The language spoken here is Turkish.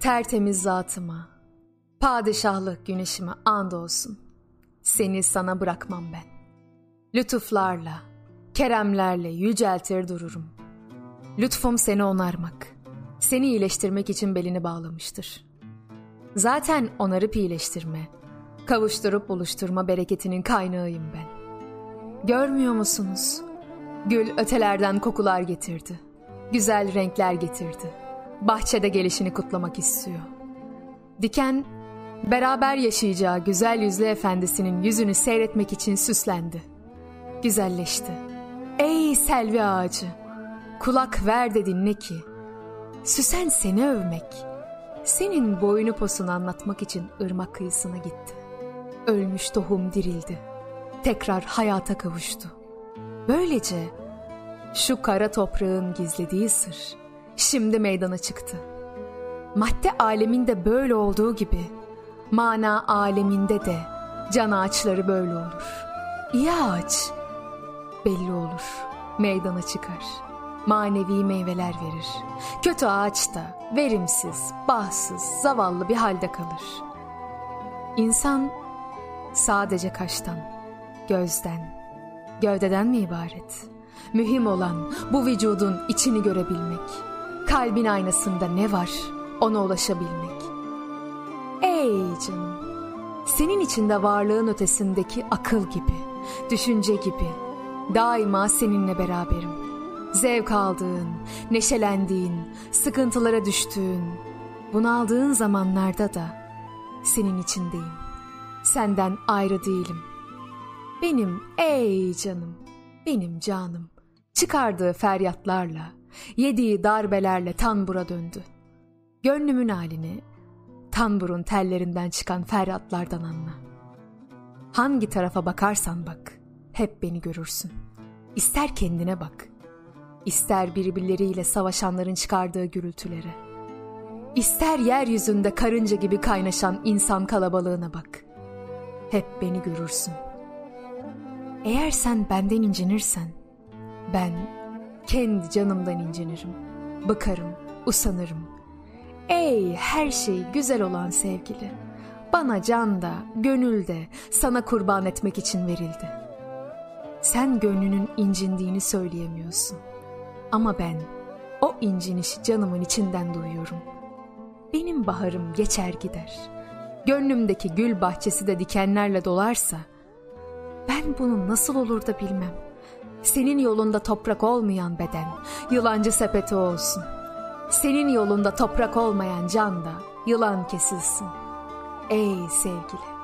tertemiz zatıma, padişahlık güneşime andolsun. Seni sana bırakmam ben. Lütuflarla, keremlerle yüceltir dururum. Lütfum seni onarmak, seni iyileştirmek için belini bağlamıştır. Zaten onarıp iyileştirme, kavuşturup buluşturma bereketinin kaynağıyım ben. Görmüyor musunuz? Gül ötelerden kokular getirdi. Güzel renkler getirdi. Bahçede gelişini kutlamak istiyor. Diken, beraber yaşayacağı güzel yüzlü efendisinin yüzünü seyretmek için süslendi. Güzelleşti. Ey selvi ağacı, kulak ver de dinle ki, süsen seni övmek, senin boyunu posunu anlatmak için ırmak kıyısına gitti. Ölmüş tohum dirildi. Tekrar hayata kavuştu. Böylece şu kara toprağın gizlediği sır şimdi meydana çıktı. Madde aleminde böyle olduğu gibi mana aleminde de can ağaçları böyle olur. İyi ağaç belli olur, meydana çıkar. Manevi meyveler verir. Kötü ağaç da verimsiz, bahtsız, zavallı bir halde kalır. İnsan sadece kaştan, gözden, gövdeden mi ibaret? Mühim olan bu vücudun içini görebilmek. Kalbin aynasında ne var, ona ulaşabilmek. Ey canım, senin içinde varlığın ötesindeki akıl gibi, düşünce gibi, daima seninle beraberim. Zevk aldığın, neşelendiğin, sıkıntılara düştüğün, bunaldığın zamanlarda da senin içindeyim. Senden ayrı değilim. Benim ey canım, benim canım, çıkardığı feryatlarla, yediği darbelerle tambura döndü. Gönlümün halini tamburun tellerinden çıkan feryatlardan anla. Hangi tarafa bakarsan bak, hep beni görürsün. İster kendine bak, ister birbirleriyle savaşanların çıkardığı gürültülere, ister yeryüzünde karınca gibi kaynaşan insan kalabalığına bak, hep beni görürsün. Eğer sen benden incinirsen, ben kendi canımdan incinirim, bıkarım, usanırım. Ey her şey güzel olan sevgili, bana can da, gönül de sana kurban etmek için verildi. Sen gönlünün incindiğini söyleyemiyorsun. Ama ben o incinişi canımın içinden duyuyorum. Benim baharım geçer gider. Gönlümdeki gül bahçesi de dikenlerle dolarsa, ben bunu nasıl olur da bilmem. Senin yolunda toprak olmayan beden, yılancı sepeti olsun. Senin yolunda toprak olmayan can da yılan kesilsin. Ey sevgili.